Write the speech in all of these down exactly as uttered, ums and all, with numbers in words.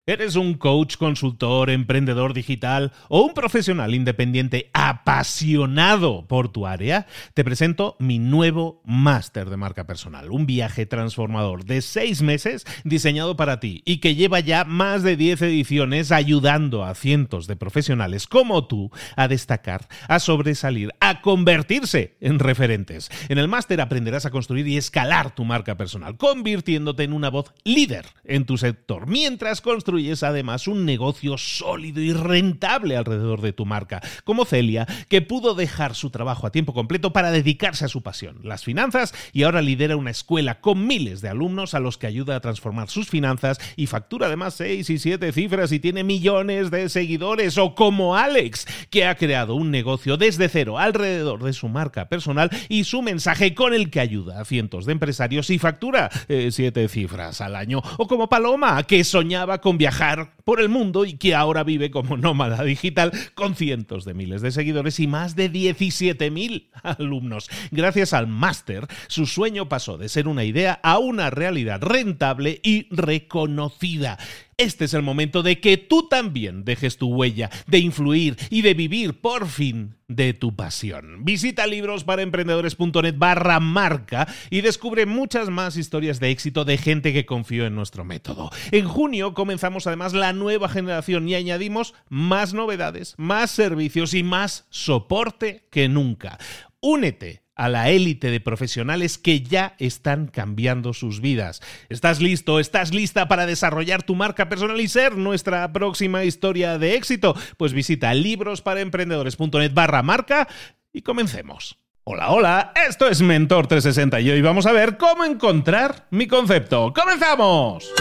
¿Eres un coach, consultor, emprendedor digital o un profesional independiente apasionado por tu área? Te presento mi nuevo máster de marca personal, un viaje transformador de seis meses diseñado para ti y que lleva ya más de diez ediciones ayudando a cientos de profesionales como tú a destacar, a sobresalir, a convertirse en referentes. En el máster aprenderás a construir y escalar tu marca personal, convirtiéndote en una voz líder en tu sector, mientras construyes además un negocio sólido y rentable alrededor de tu marca, como Celia, que pudo dejar su trabajo a tiempo completo para dedicarse a su pasión, las finanzas, y ahora lidera una escuela con miles de alumnos a los que ayuda a transformar sus finanzas y factura además seis y siete cifras y tiene millones de seguidores. O como Alex, que ha creado un negocio desde cero alrededor de su marca personal y su mensaje, con el que ayuda a cientos de empresarios y factura eh, siete cifras al año. O como Paloma, que soñaba con viajar por el mundo y que ahora vive como nómada digital con cientos de miles de seguidores y más de diecisiete mil alumnos. Gracias al máster, su sueño pasó de ser una idea a una realidad rentable y reconocida. Este es el momento de que tú también dejes tu huella, de influir y de vivir por fin de tu pasión. Visita librosparaemprendedores.net barra marca y descubre muchas más historias de éxito de gente que confió en nuestro método. En junio comenzamos además la nueva generación y añadimos más novedades, más servicios y más soporte que nunca. Únete a la élite de profesionales que ya están cambiando sus vidas. ¿Estás listo? ¿Estás lista para desarrollar tu marca personal y ser nuestra próxima historia de éxito? Pues visita librosparaemprendedores.net barra marca y comencemos. Hola, hola, esto es Mentor trescientos sesenta y hoy vamos a ver cómo encontrar mi concepto. ¡Comenzamos!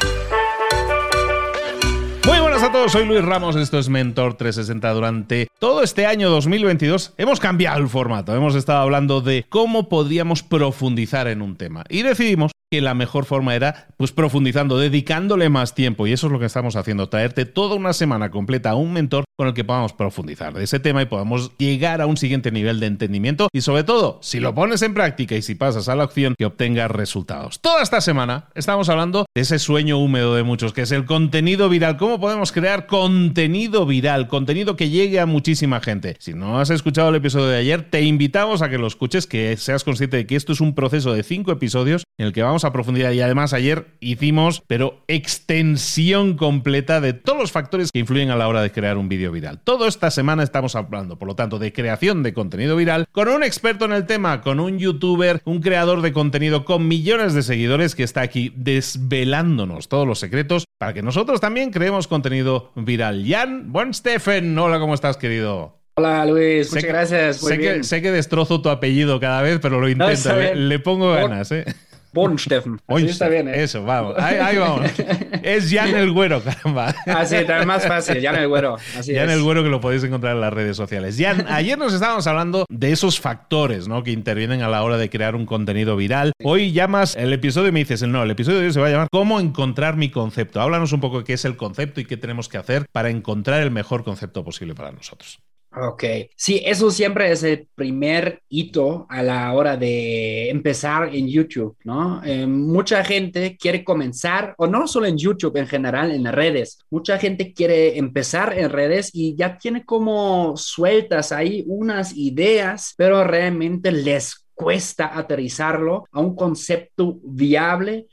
Muy buenas a todos, soy Luis Ramos, esto es Mentor trescientos sesenta. Durante todo este año dos mil veintidós hemos cambiado el formato, hemos estado hablando de cómo podríamos profundizar en un tema y decidimos que la mejor forma era pues profundizando, dedicándole más tiempo, y eso es lo que estamos haciendo, traerte toda una semana completa a un mentor con el que podamos profundizar de ese tema y podamos llegar a un siguiente nivel de entendimiento y, sobre todo, si lo pones en práctica y si pasas a la acción, que obtengas resultados. Toda esta semana estamos hablando de ese sueño húmedo de muchos, que es el contenido viral. ¿Cómo podemos crear contenido viral? Contenido que llegue a muchísima gente. Si no has escuchado el episodio de ayer, te invitamos a que lo escuches, que seas consciente de que esto es un proceso de cinco episodios en el que vamos a profundizar, y además ayer hicimos, pero extensión completa de todos los factores que influyen a la hora de crear un vídeo viral. Toda esta semana estamos hablando, por lo tanto, de creación de contenido viral con un experto en el tema, con un youtuber, un creador de contenido con millones de seguidores que está aquí desvelándonos todos los secretos para que nosotros también creemos contenido viral. Jan Bonsteffen, hola, ¿cómo estás, querido? Hola, Luis, sé muchas que, gracias. Muy sé, bien. Que, sé que destrozo tu apellido cada vez, pero lo intento, no, le, le pongo ganas, ¿eh? Bonsteffen. Así está bien, ¿eh? Eso, vamos. Ahí, ahí vamos. Es Jan el Güero, caramba. Ah, sí, también más fácil. Jan el Güero. Así Jan es. el Güero, que lo podéis encontrar en las redes sociales. Jan, ayer nos estábamos hablando de esos factores, ¿no?, que intervienen a la hora de crear un contenido viral. Hoy llamas el episodio y me dices, no, el episodio de hoy se va a llamar ¿Cómo encontrar mi concepto? Háblanos un poco de qué es el concepto y qué tenemos que hacer para encontrar el mejor concepto posible para nosotros. Ok, sí, eso siempre es el primer hito a la hora de empezar en YouTube, ¿no? Eh, mucha gente quiere comenzar, o no solo en YouTube, en general, en las redes. Mucha gente quiere empezar en redes y ya tiene como sueltas ahí unas ideas, pero realmente les cuesta aterrizarlo a un concepto viable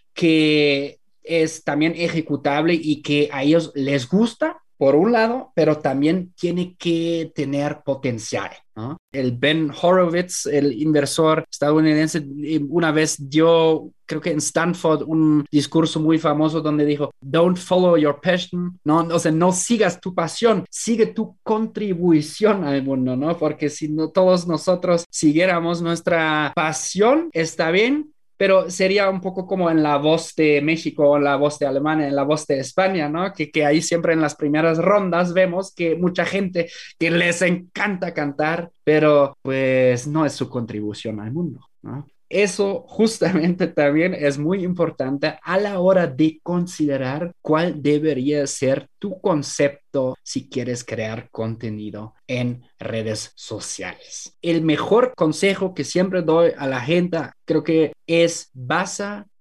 que es también ejecutable y que a ellos les gusta, por un lado, pero también tiene que tener potencial, ¿no? El Ben Horowitz, el inversor estadounidense, una vez dio, creo que en Stanford, un discurso muy famoso donde dijo, don't follow your passion, no, o sea, no sigas tu pasión, sigue tu contribución al mundo, ¿no? Porque si no, todos nosotros siguiéramos nuestra pasión, está bien, pero sería un poco como en La Voz de México, en La Voz de Alemania, en La Voz de España, ¿no? Que, que ahí siempre en las primeras rondas vemos que mucha gente que les encanta cantar, pero pues no es su contribución al mundo, ¿no? Eso justamente también es muy importante a la hora de considerar cuál debería ser tu concepto si quieres crear contenido en redes sociales. El mejor consejo que siempre doy a la gente, creo que es basa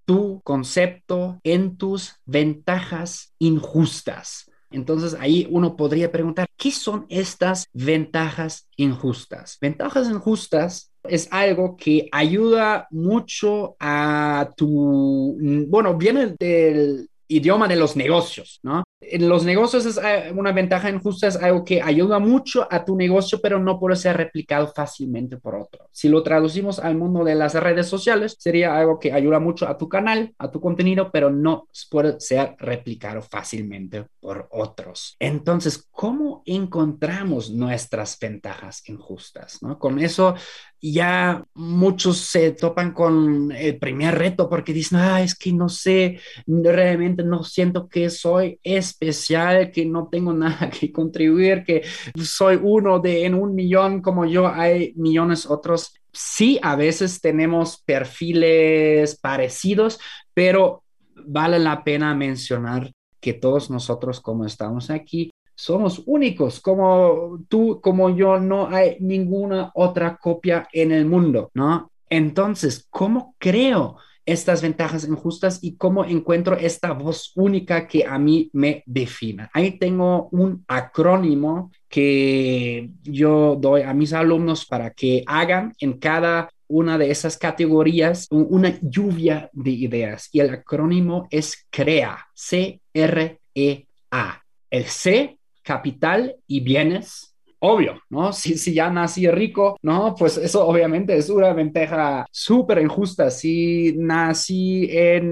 tu concepto en tus ventajas injustas. Entonces ahí uno podría preguntar, ¿qué son estas ventajas injustas? Ventajas injustas es algo que ayuda mucho a tu, bueno, viene del idioma de los negocios, ¿no? En los negocios es una ventaja injusta, es algo que ayuda mucho a tu negocio, pero no puede ser replicado fácilmente por otro. Si lo traducimos al mundo de las redes sociales, sería algo que ayuda mucho a tu canal, a tu contenido, pero no puede ser replicado fácilmente por otros. Entonces, ¿cómo encontramos nuestras ventajas injustas, ¿no? Con eso ya muchos se topan con el primer reto porque dicen, ah, es que no sé, realmente no siento que soy especial, que no tengo nada que contribuir, que soy uno de en un millón como yo, hay millones otros. Sí, a veces tenemos perfiles parecidos, pero vale la pena mencionar que todos nosotros como estamos aquí, somos únicos, como tú, como yo, no hay ninguna otra copia en el mundo, ¿no? Entonces, ¿cómo creo estas ventajas injustas y cómo encuentro esta voz única que a mí me defina? Ahí tengo un acrónimo que yo doy a mis alumnos para que hagan en cada una de esas categorías una lluvia de ideas y el acrónimo es CREA, C R E A. El C, capital y bienes, obvio, ¿no? Si, si ya nací rico, ¿no? Pues eso obviamente es una ventaja súper injusta. Si nací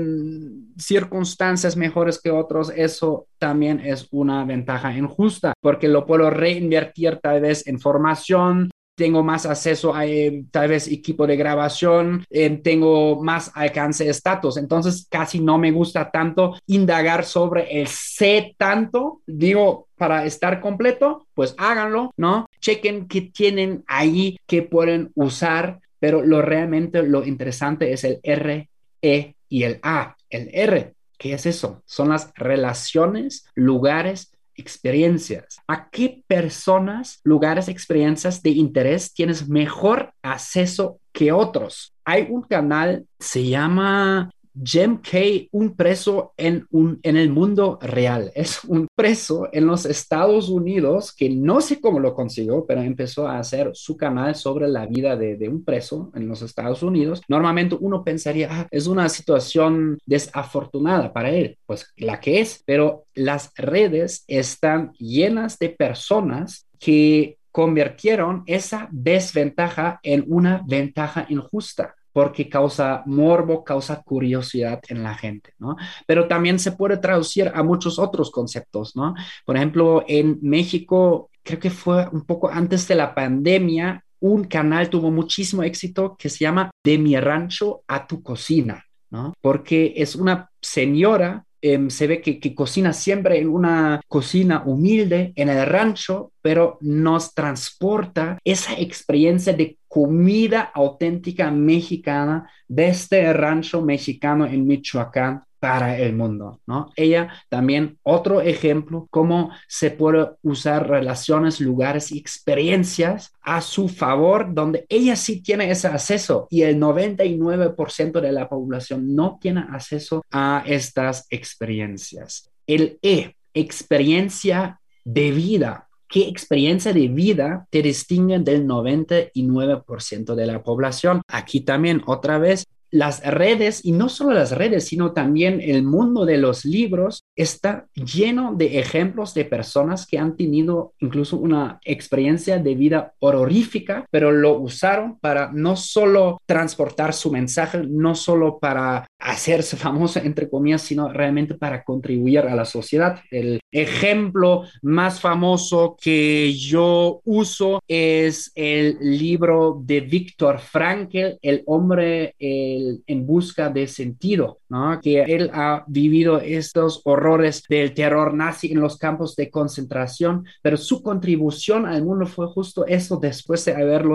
en circunstancias mejores que otros, eso también es una ventaja injusta, porque lo puedo reinvertir tal vez en formación, tengo más acceso a eh, tal vez equipo de grabación, eh, tengo más alcance de estatus. Entonces casi no me gusta tanto indagar sobre el sé tanto. Digo, para estar completo, pues háganlo, ¿no? Chequen qué tienen ahí que pueden usar, pero lo realmente lo interesante es el R, E y el A. El R, ¿qué es eso? Son las relaciones, lugares, experiencias. ¿A qué personas, lugares, experiencias de interés tienes mejor acceso que otros? Hay un canal, se llama Jim Kay, un preso en, un, en el mundo real. Es un preso en los Estados Unidos que no sé cómo lo consiguió, pero empezó a hacer su canal sobre la vida de, de un preso en los Estados Unidos. Normalmente uno pensaría, ah, es una situación desafortunada para él. Pues la que es, pero las redes están llenas de personas que convirtieron esa desventaja en una ventaja injusta, porque causa morbo, causa curiosidad en la gente, ¿no? Pero también se puede traducir a muchos otros conceptos, ¿no? Por ejemplo, en México, creo que fue un poco antes de la pandemia, un canal tuvo muchísimo éxito que se llama De mi rancho a tu cocina, ¿no? Porque es una señora, eh, se ve que, que cocina siempre en una cocina humilde en el rancho, pero nos transporta esa experiencia de comida auténtica mexicana desde el rancho mexicano en Michoacán para el mundo, ¿no? Ella también otro ejemplo cómo se puede usar relaciones, lugares y experiencias a su favor, donde ella sí tiene ese acceso y el noventa y nueve por ciento de la población no tiene acceso a estas experiencias. El E, experiencia de vida. ¿Qué experiencia de vida te distingue del noventa y nueve por ciento de la población? Aquí también, otra vez, las redes, y no solo las redes, sino también el mundo de los libros, está lleno de ejemplos de personas que han tenido incluso una experiencia de vida horrorífica, pero lo usaron para no solo transportar su mensaje, no solo para hacerse famoso, entre comillas, sino realmente para contribuir a la sociedad. El ejemplo más famoso que yo uso es el libro de Viktor Frankl, El hombre el, en busca de sentido, ¿no? Que él ha vivido estos horrores del terror nazi en los campos de concentración, pero su contribución al mundo fue justo eso después de haberlo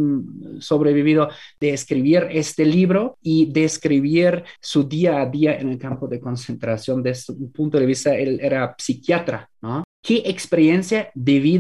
um, sobrevivido, de escribir este libro y de escribir su día a día en el campo de concentración. Desde un punto de vista, él era psiquiatra, ¿no? ¿Qué experiencia de vida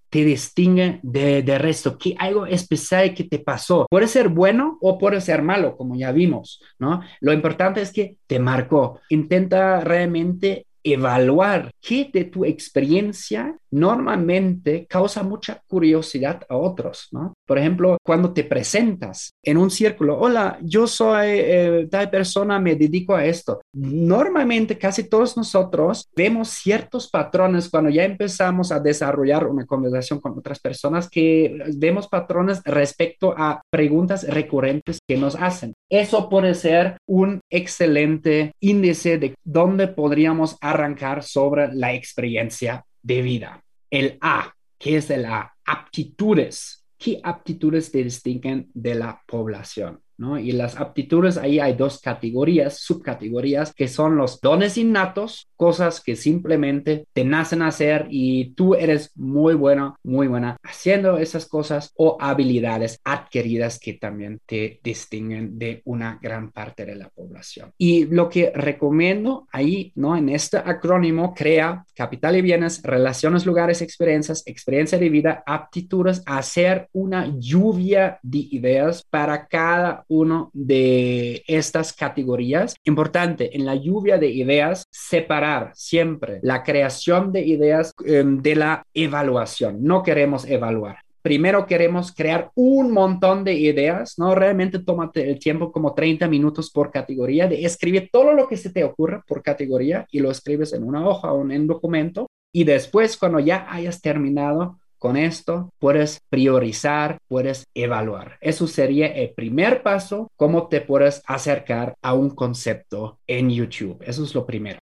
te distingue de, de resto? ¿Qué algo especial que te pasó? Puede ser bueno o puede ser malo, como ya vimos, ¿no? Lo importante es que te marcó. Intenta realmente evaluar qué de tu experiencia normalmente causa mucha curiosidad a otros, ¿no? Por ejemplo, cuando te presentas en un círculo, hola, yo soy eh, tal persona, me dedico a esto. Normalmente casi todos nosotros vemos ciertos patrones cuando ya empezamos a desarrollar una conversación con otras personas, que vemos patrones respecto a preguntas recurrentes que nos hacen. Eso puede ser un excelente índice de dónde podríamos arrancar sobre la experiencia de vida. El A, ¿qué es el A? Aptitudes. ¿Qué aptitudes te distinguen de la población? ¿No? Y las aptitudes, ahí hay dos categorías, subcategorías, que son los dones innatos, cosas que simplemente te nacen a hacer y tú eres muy bueno, muy buena haciendo esas cosas, o habilidades adquiridas que también te distinguen de una gran parte de la población. Y lo que recomiendo ahí, ¿no? En este acrónimo, crea capital y bienes, relaciones, lugares, experiencias, experiencia de vida, aptitudes, hacer una lluvia de ideas para cada uno de estas categorías. Importante, en la lluvia de ideas, separar siempre la creación de ideas eh, de la evaluación. No queremos evaluar. Primero queremos crear un montón de ideas, ¿no? Realmente tómate el tiempo, como treinta minutos por categoría, de escribir todo lo que se te ocurra por categoría y lo escribes en una hoja o en un documento. Y después, cuando ya hayas terminado con esto, puedes priorizar, puedes evaluar. Eso sería el primer paso, cómo te puedes acercar a un concepto en YouTube. Eso es lo primero.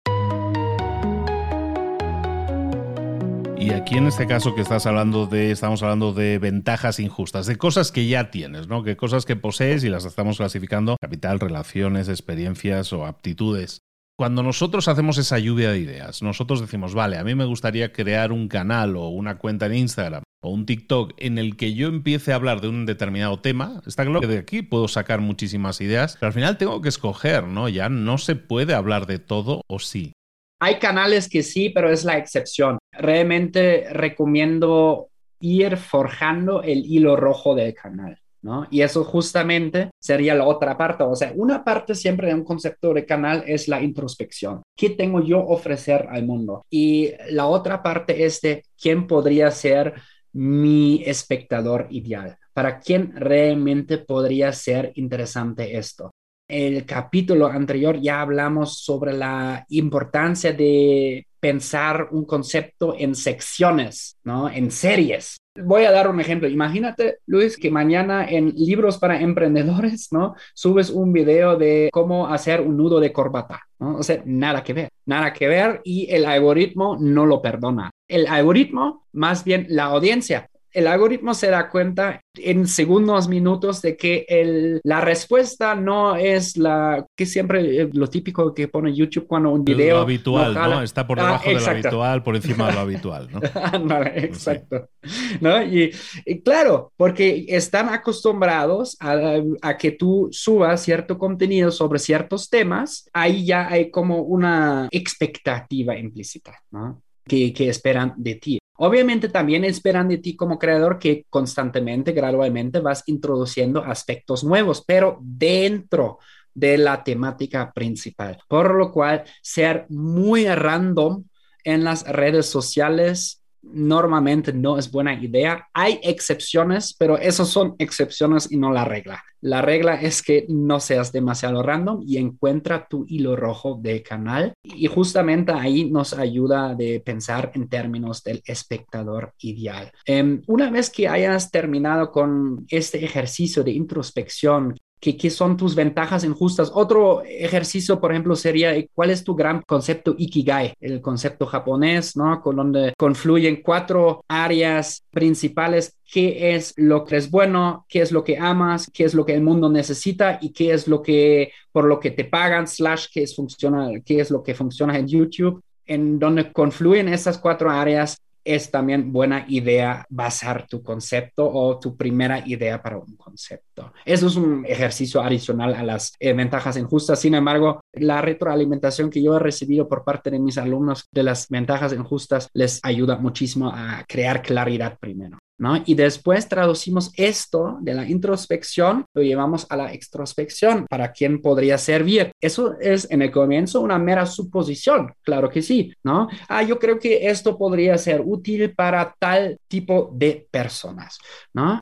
Y aquí en este caso que estás hablando de, estamos hablando de ventajas injustas, de cosas que ya tienes, ¿no? Que cosas que posees y las estamos clasificando: capital, relaciones, experiencias o aptitudes. Cuando nosotros hacemos esa lluvia de ideas, nosotros decimos, vale, a mí me gustaría crear un canal o una cuenta en Instagram o un TikTok en el que yo empiece a hablar de un determinado tema. Está claro que de aquí puedo sacar muchísimas ideas, pero al final tengo que escoger, ¿no? Ya no se puede hablar de todo, ¿o sí? Hay canales que sí, pero es la excepción. Realmente recomiendo ir forjando el hilo rojo del canal, ¿no? Y eso justamente sería la otra parte. O sea, una parte siempre de un concepto de canal es la introspección. ¿Qué tengo yo ofrecer al mundo? Y la otra parte es de quién podría ser mi espectador ideal. ¿Para quién realmente podría ser interesante esto? El capítulo anterior ya hablamos sobre la importancia de pensar un concepto en secciones, ¿no? En series. Voy a dar un ejemplo. Imagínate, Luis, que mañana en Libros para Emprendedores, ¿no? Subes un video de cómo hacer un nudo de corbata, ¿no? O sea, nada que ver, nada que ver, y el algoritmo no lo perdona. El algoritmo, más bien la audiencia. El algoritmo se da cuenta en segundos, minutos, de que el, la respuesta no es la que siempre, lo típico que pone YouTube cuando un video... Lo habitual, ¿no? ¿no? Está por debajo ah, de lo habitual, por encima de lo habitual, ¿no? no, exacto. Sí. ¿No? Y, y claro, porque están acostumbrados a, a que tú subas cierto contenido sobre ciertos temas, ahí ya hay como una expectativa implícita, ¿no? Que, que esperan de ti. Obviamente también esperan de ti como creador que constantemente, gradualmente vas introduciendo aspectos nuevos, pero dentro de la temática principal. Por lo cual, ser muy random en las redes sociales normalmente no es buena idea. Hay excepciones, pero esas son excepciones y no la regla. La regla es que no seas demasiado random y encuentra tu hilo rojo del canal. Y justamente ahí nos ayuda de pensar en términos del espectador ideal. Um, una vez que hayas terminado con este ejercicio de introspección, ¿Qué, ¿Qué son tus ventajas injustas? Otro ejercicio, por ejemplo, sería ¿cuál es tu gran concepto Ikigai? El concepto japonés, ¿no? Con donde confluyen cuatro áreas principales. ¿Qué es lo que es bueno? ¿Qué es lo que amas? ¿Qué es lo que el mundo necesita? ¿Y qué es lo que, por lo que te pagan? Slash, ¿qué es, funciona, qué es lo que funciona en YouTube? En donde confluyen estas cuatro áreas. es también buena idea basar tu concepto o tu primera idea para un concepto. Eso es un ejercicio adicional a las eh, ventajas injustas. Sin embargo, la retroalimentación que yo he recibido por parte de mis alumnos de las ventajas injustas les ayuda muchísimo a crear claridad primero, ¿no? Y después traducimos esto de la introspección, lo llevamos a la extrospección. ¿Para quién podría servir? Eso es en el comienzo una mera suposición, claro que sí, ¿no? Ah, yo creo que esto podría ser útil para tal tipo de personas, ¿no?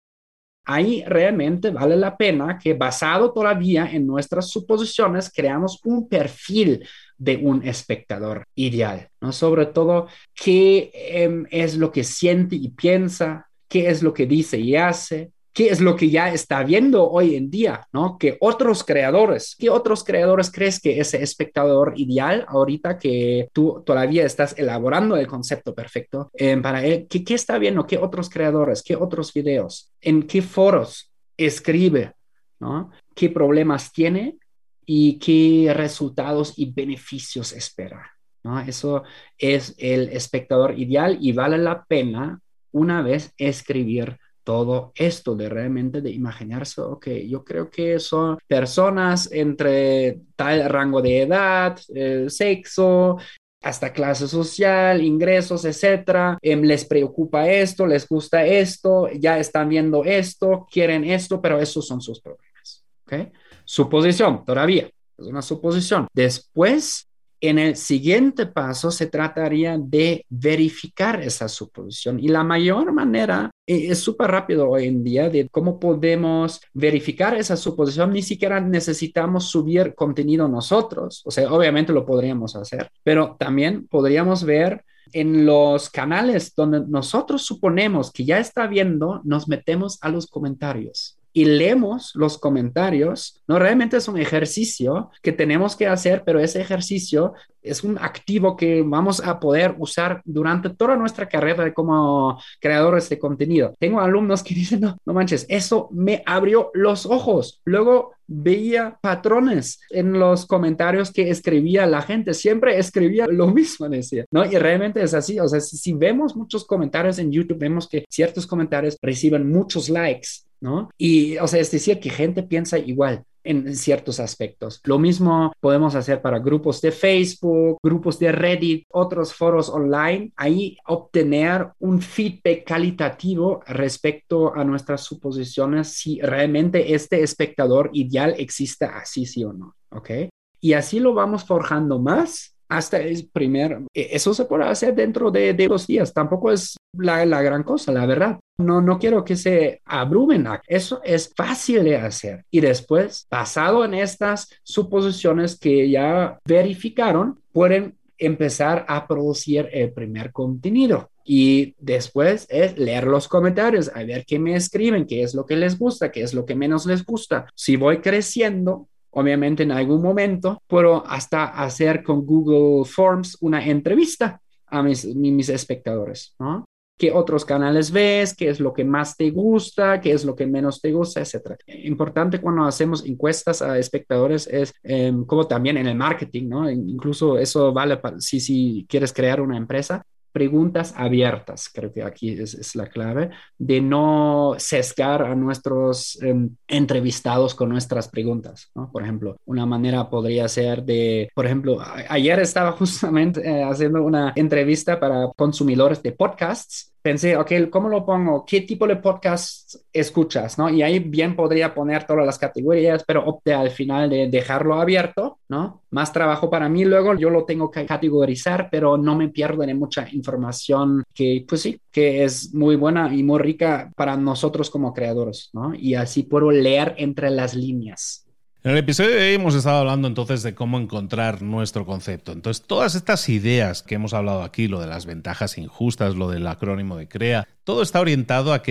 Ahí realmente vale la pena que, basado todavía en nuestras suposiciones, creamos un perfil de un espectador ideal, ¿no? Sobre todo, qué eh, es lo que siente y piensa, qué es lo que dice y hace, qué es lo que ya está viendo hoy en día, ¿no? Que otros creadores, ¿qué otros creadores crees que ese espectador ideal, ahorita que tú todavía estás elaborando el concepto perfecto, eh, para él, ¿qué, qué está viendo? ¿Qué otros creadores? ¿Qué otros videos? ¿En qué foros escribe? ¿No? ¿Qué problemas tiene? ¿Y qué resultados y beneficios espera? ¿No? Eso es el espectador ideal y vale la pena una vez escribir todo esto de realmente de imaginarse, ok, yo creo que son personas entre tal rango de edad, eh, sexo, hasta clase social, ingresos, etcétera. Eh, les preocupa esto, les gusta esto, ya están viendo esto, quieren esto, pero esos son sus problemas, ¿ok? Suposición, todavía, es una suposición. Después, en el siguiente paso se trataría de verificar esa suposición y la mayor manera es súper rápido hoy en día de cómo podemos verificar esa suposición. Ni siquiera necesitamos subir contenido nosotros, o sea, obviamente lo podríamos hacer, pero también podríamos ver en los canales donde nosotros suponemos que ya está viendo, nos metemos a los comentarios y leemos los comentarios. No, realmente es un ejercicio que tenemos que hacer, pero ese ejercicio es un activo que vamos a poder usar durante toda nuestra carrera como creadores de contenido. Tengo alumnos que dicen, no, no manches, eso me abrió los ojos. Luego veía patrones en los comentarios que escribía la gente. Siempre escribía lo mismo, decía, ¿no? Y realmente es así. O sea, si, si vemos muchos comentarios en YouTube, vemos que ciertos comentarios reciben muchos likes, ¿no? Y, o sea, es decir, que gente piensa igual en ciertos aspectos. Lo mismo podemos hacer para grupos de Facebook, grupos de Reddit, otros foros online. Ahí obtener un feedback calitativo respecto a nuestras suposiciones, si realmente este espectador ideal existe así, sí o no, ¿ok? Y así lo vamos forjando más hasta el primer. Eso se puede hacer dentro de, de dos días. Tampoco es la, la gran cosa, la verdad. No, no quiero que se abrumen. Eso es fácil de hacer. Y después, basado en estas suposiciones que ya verificaron, pueden empezar a producir el primer contenido. Y después es leer los comentarios, a ver qué me escriben, qué es lo que les gusta, qué es lo que menos les gusta. Si voy creciendo, obviamente en algún momento puedo hasta hacer con Google Forms una entrevista a mis, mis espectadores, ¿no? ¿Qué otros canales ves? ¿Qué es lo que más te gusta? ¿Qué es lo que menos te gusta? Etcétera. Importante cuando hacemos encuestas a espectadores es eh, como también en el marketing, ¿no? Incluso eso vale para si, si quieres crear una empresa. Preguntas abiertas, creo que aquí es, es la clave, de no sesgar a nuestros eh, entrevistados con nuestras preguntas, ¿no? Por ejemplo, una manera podría ser de, por ejemplo, a, ayer estaba justamente eh, haciendo una entrevista para consumidores de podcasts. Pensé, ok, ¿cómo lo pongo? ¿Qué tipo de podcasts escuchas? ¿No? Y ahí bien podría poner todas las categorías, pero opté al final de dejarlo abierto, ¿no? Más trabajo para mí, luego yo lo tengo que categorizar, pero no me pierdo de mucha información que, pues sí, que es muy buena y muy rica para nosotros como creadores, ¿no? Y así puedo leer entre las líneas. En el episodio de hoy hemos estado hablando entonces de cómo encontrar nuestro concepto. Entonces, todas estas ideas que hemos hablado aquí, lo de las ventajas injustas, lo del acrónimo de CREA, todo está orientado a que tú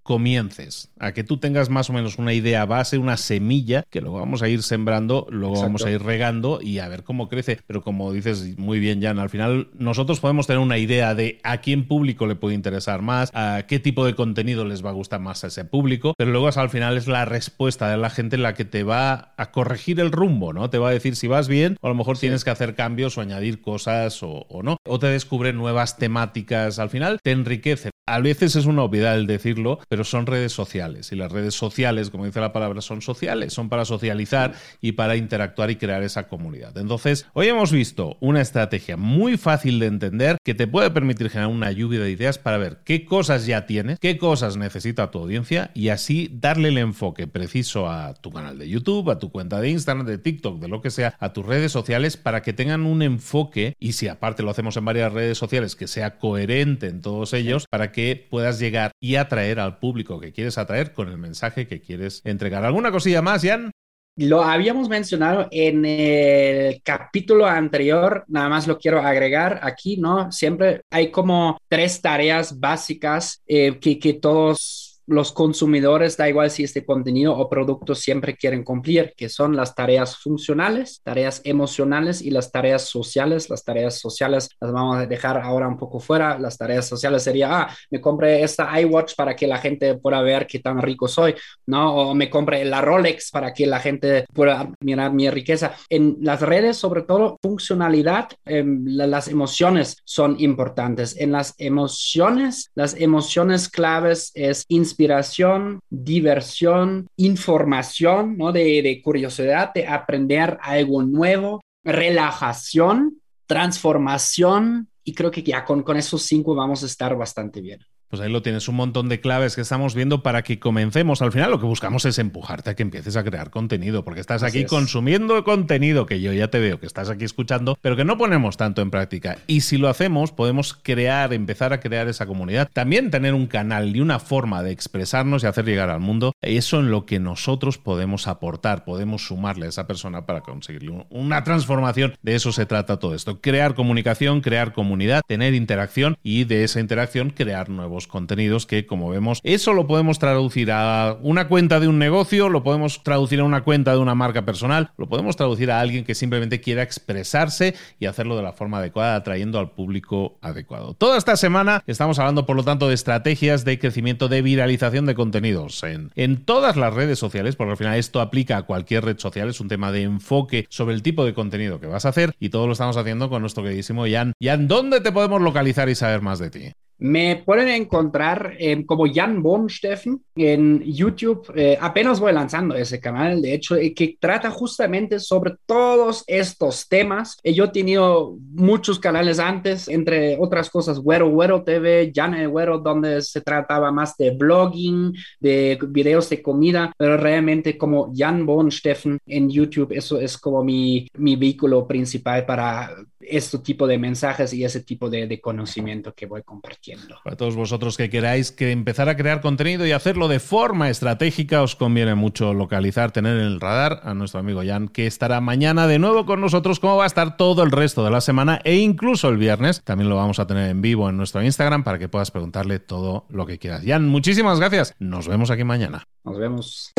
comiences, a que tú tengas más o menos una idea base, una semilla, que luego vamos a ir sembrando, luego Exacto. vamos a ir regando y a ver cómo crece. Pero como dices muy bien, Jan, al final nosotros podemos tener una idea de a quién público le puede interesar más, a qué tipo de contenido les va a gustar más a ese público, pero luego al final es la respuesta de la gente la que te va a corregir el rumbo, ¿no? Te va a decir si vas bien o a lo mejor sí. tienes que hacer cambios o añadir cosas o, o no. O te descubre nuevas temáticas. Al final te enriquece. A veces es una obviedad el decirlo, pero son redes sociales y las redes sociales, como dice la palabra, son sociales, son para socializar y para interactuar y crear esa comunidad. Entonces, hoy hemos visto una estrategia muy fácil de entender que te puede permitir generar una lluvia de ideas para ver qué cosas ya tienes, qué cosas necesita tu audiencia y así darle el enfoque preciso a tu canal de YouTube, a tu cuenta de Instagram, de TikTok, de lo que sea, a tus redes sociales para que tengan un enfoque y si aparte lo hacemos en varias redes sociales que sea coherente en todos ellos para que puedas llegar y atraer al público que quieres atraer con el mensaje que quieres entregar. ¿Alguna cosilla más, Jan? Lo habíamos mencionado en el capítulo anterior, nada más lo quiero agregar aquí, ¿no? Siempre hay como tres tareas básicas eh, que, que todos los consumidores, da igual si este contenido o producto, siempre quieren cumplir, que son las tareas funcionales, tareas emocionales y las tareas sociales. Las tareas sociales las vamos a dejar ahora un poco fuera. Las tareas sociales sería, ah, me compré esta iWatch para que la gente pueda ver qué tan rico soy, ¿no? O me compré la Rolex para que la gente pueda mirar mi riqueza. En las redes, sobre todo, funcionalidad, eh, la, las emociones son importantes. En las emociones, las emociones claves es inspiración, inspiración, diversión, información, ¿no? de, de curiosidad, de aprender algo nuevo, relajación, transformación, y creo que ya con, con esos cinco vamos a estar bastante bien. Pues ahí lo tienes, un montón de claves que estamos viendo para que comencemos. Al final lo que buscamos es empujarte a que empieces a crear contenido, porque estás aquí consumiendo contenido que yo ya te veo que estás aquí escuchando, pero que no ponemos tanto en práctica. Y si lo hacemos, podemos crear, empezar a crear esa comunidad. También tener un canal y una forma de expresarnos y hacer llegar al mundo. Eso en lo que nosotros podemos aportar, podemos sumarle a esa persona para conseguirle una transformación. De eso se trata todo esto. Crear comunicación, crear comunidad, tener interacción y de esa interacción crear nuevos contenidos que, como vemos, eso lo podemos traducir a una cuenta de un negocio, lo podemos traducir a una cuenta de una marca personal, lo podemos traducir a alguien que simplemente quiera expresarse y hacerlo de la forma adecuada, atrayendo al público adecuado. Toda esta semana estamos hablando, por lo tanto, de estrategias de crecimiento, de viralización de contenidos en, en todas las redes sociales, porque al final esto aplica a cualquier red social, es un tema de enfoque sobre el tipo de contenido que vas a hacer y todo lo estamos haciendo con nuestro queridísimo Jan. Jan, ¿dónde te podemos localizar y saber más de ti? Me pueden encontrar eh, como Jan Bohnsteffen en YouTube. Eh, apenas voy lanzando ese canal, de hecho, eh, que trata justamente sobre todos estos temas. Eh, yo he tenido muchos canales antes, entre otras cosas, Güero Güero T V, Jan el Güero, donde se trataba más de blogging, de videos de comida, pero realmente como Jan Bohnsteffen en YouTube, eso es como mi, mi vehículo principal para este tipo de mensajes y ese tipo de, de conocimiento que voy compartiendo. Para todos vosotros que queráis que empezar a crear contenido y hacerlo de forma estratégica, os conviene mucho localizar, tener en el radar a nuestro amigo Jan, que estará mañana de nuevo con nosotros, como va a estar todo el resto de la semana e incluso el viernes. También lo vamos a tener en vivo en nuestro Instagram para que puedas preguntarle todo lo que quieras. Jan, muchísimas gracias. Nos vemos aquí mañana. Nos vemos.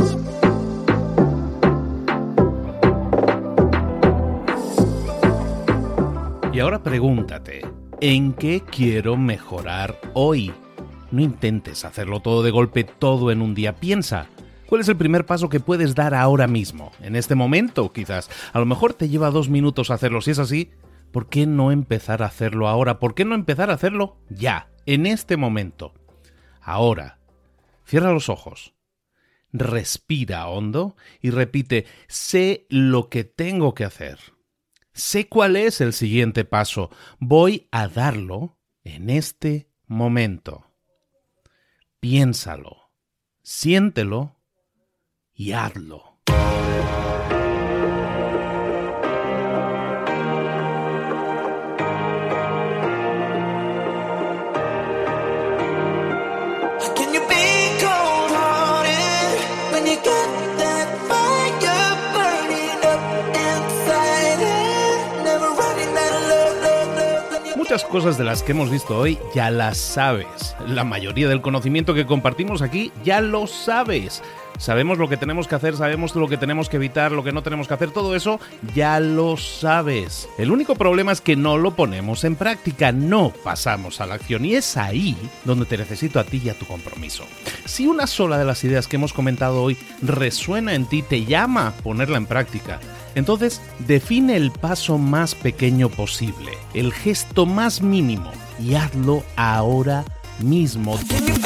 Y ahora pregúntate, ¿en qué quiero mejorar hoy? No intentes hacerlo todo de golpe, todo en un día. Piensa, ¿cuál es el primer paso que puedes dar ahora mismo? En este momento, quizás. A lo mejor te lleva dos minutos hacerlo. Si es así, ¿por qué no empezar a hacerlo ahora? ¿Por qué no empezar a hacerlo ya, en este momento? Ahora, cierra los ojos, respira hondo y repite, sé lo que tengo que hacer. Sé cuál es el siguiente paso. Voy a darlo en este momento. Piénsalo, siéntelo y hazlo. Muchas cosas de las que hemos visto hoy ya las sabes. La mayoría del conocimiento que compartimos aquí ya lo sabes. Sabemos lo que tenemos que hacer, sabemos lo que tenemos que evitar, lo que no tenemos que hacer, todo eso ya lo sabes. El único problema es que no lo ponemos en práctica, no pasamos a la acción, y es ahí donde te necesito a ti y a tu compromiso. Si una sola de las ideas que hemos comentado hoy resuena en ti, te llama a ponerla en práctica, entonces define el paso más pequeño posible, el gesto más mínimo, y hazlo ahora mismo.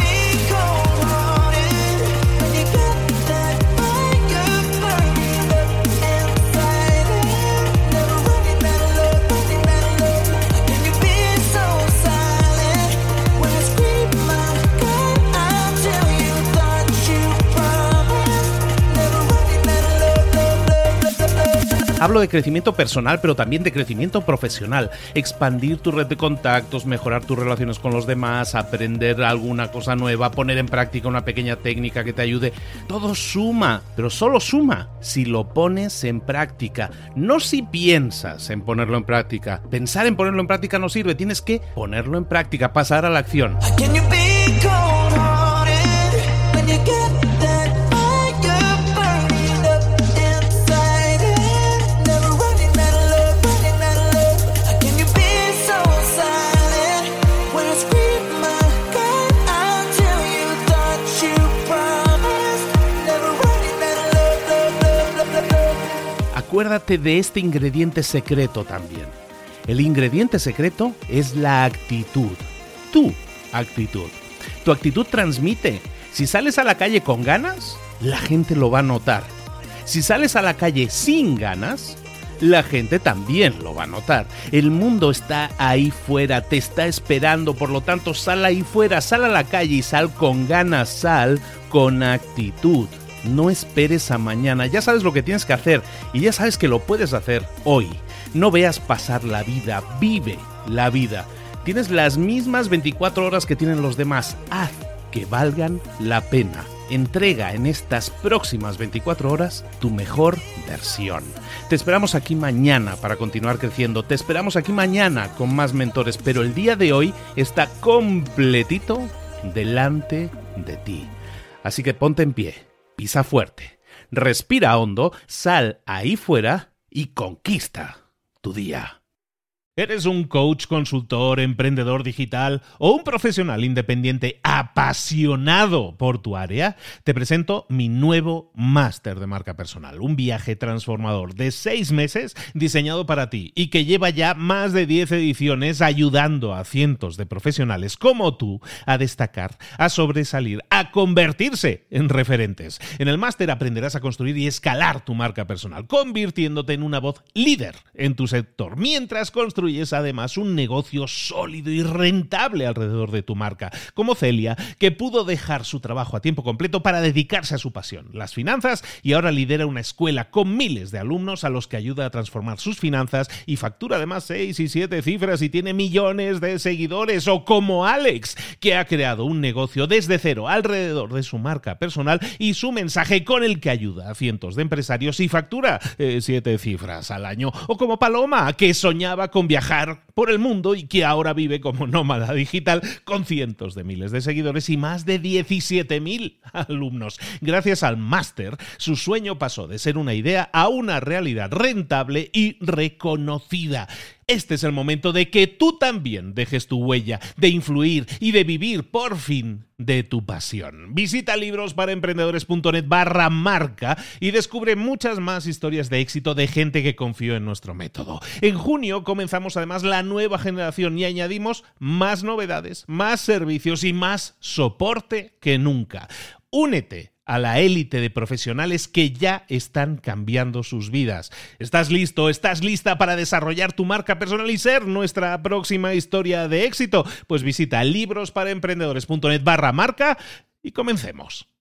Hablo de crecimiento personal, pero también de crecimiento profesional. Expandir tu red de contactos, mejorar tus relaciones con los demás, aprender alguna cosa nueva, poner en práctica una pequeña técnica que te ayude. Todo suma, pero solo suma si lo pones en práctica. No si piensas en ponerlo en práctica. Pensar en ponerlo en práctica no sirve. Tienes que ponerlo en práctica, pasar a la acción. Acuérdate de este ingrediente secreto también. El ingrediente secreto es la actitud. Tu actitud. Tu actitud transmite. Si sales a la calle con ganas, la gente lo va a notar. Si sales a la calle sin ganas, la gente también lo va a notar. El mundo está ahí fuera, te está esperando, por lo tanto sal ahí fuera, sal a la calle y sal con ganas, sal con actitud. No esperes a mañana, ya sabes lo que tienes que hacer y ya sabes que lo puedes hacer hoy. No veas pasar la vida, vive la vida. Tienes las mismas veinticuatro horas que tienen los demás, haz que valgan la pena. Entrega en estas próximas veinticuatro horas tu mejor versión. Te esperamos aquí mañana para continuar creciendo, te esperamos aquí mañana con más mentores, pero el día de hoy está completito delante de ti. Así que ponte en pie. Pisa fuerte, respira hondo, sal ahí fuera y conquista tu día. ¿Eres un coach, consultor, emprendedor digital o un profesional independiente apasionado por tu área? Te presento mi nuevo máster de marca personal, un viaje transformador de seis meses diseñado para ti y que lleva ya más de diez ediciones ayudando a cientos de profesionales como tú a destacar, a sobresalir, a convertirse en referentes. En el máster aprenderás a construir y escalar tu marca personal, convirtiéndote en una voz líder en tu sector, mientras construyes es además un negocio sólido y rentable alrededor de tu marca, como Celia, que pudo dejar su trabajo a tiempo completo para dedicarse a su pasión, las finanzas, y ahora lidera una escuela con miles de alumnos a los que ayuda a transformar sus finanzas y factura además seis y siete cifras y tiene millones de seguidores, o como Alex, que ha creado un negocio desde cero alrededor de su marca personal y su mensaje con el que ayuda a cientos de empresarios y factura eh, siete cifras al año, o como Paloma, que soñaba con viajar viajar por el mundo y que ahora vive como nómada digital con cientos de miles de seguidores y más de diecisiete mil alumnos. Gracias al máster, su sueño pasó de ser una idea a una realidad rentable y reconocida. Este es el momento de que tú también dejes tu huella, de influir y de vivir por fin de tu pasión. Visita librosparaemprendedores.net barra marca y descubre muchas más historias de éxito de gente que confió en nuestro método. En junio comenzamos además la nueva generación y añadimos más novedades, más servicios y más soporte que nunca. Únete a la élite de profesionales que ya están cambiando sus vidas. ¿Estás listo? ¿Estás lista para desarrollar tu marca personal y ser nuestra próxima historia de éxito? Pues visita librosparaemprendedores.net barra marca y comencemos.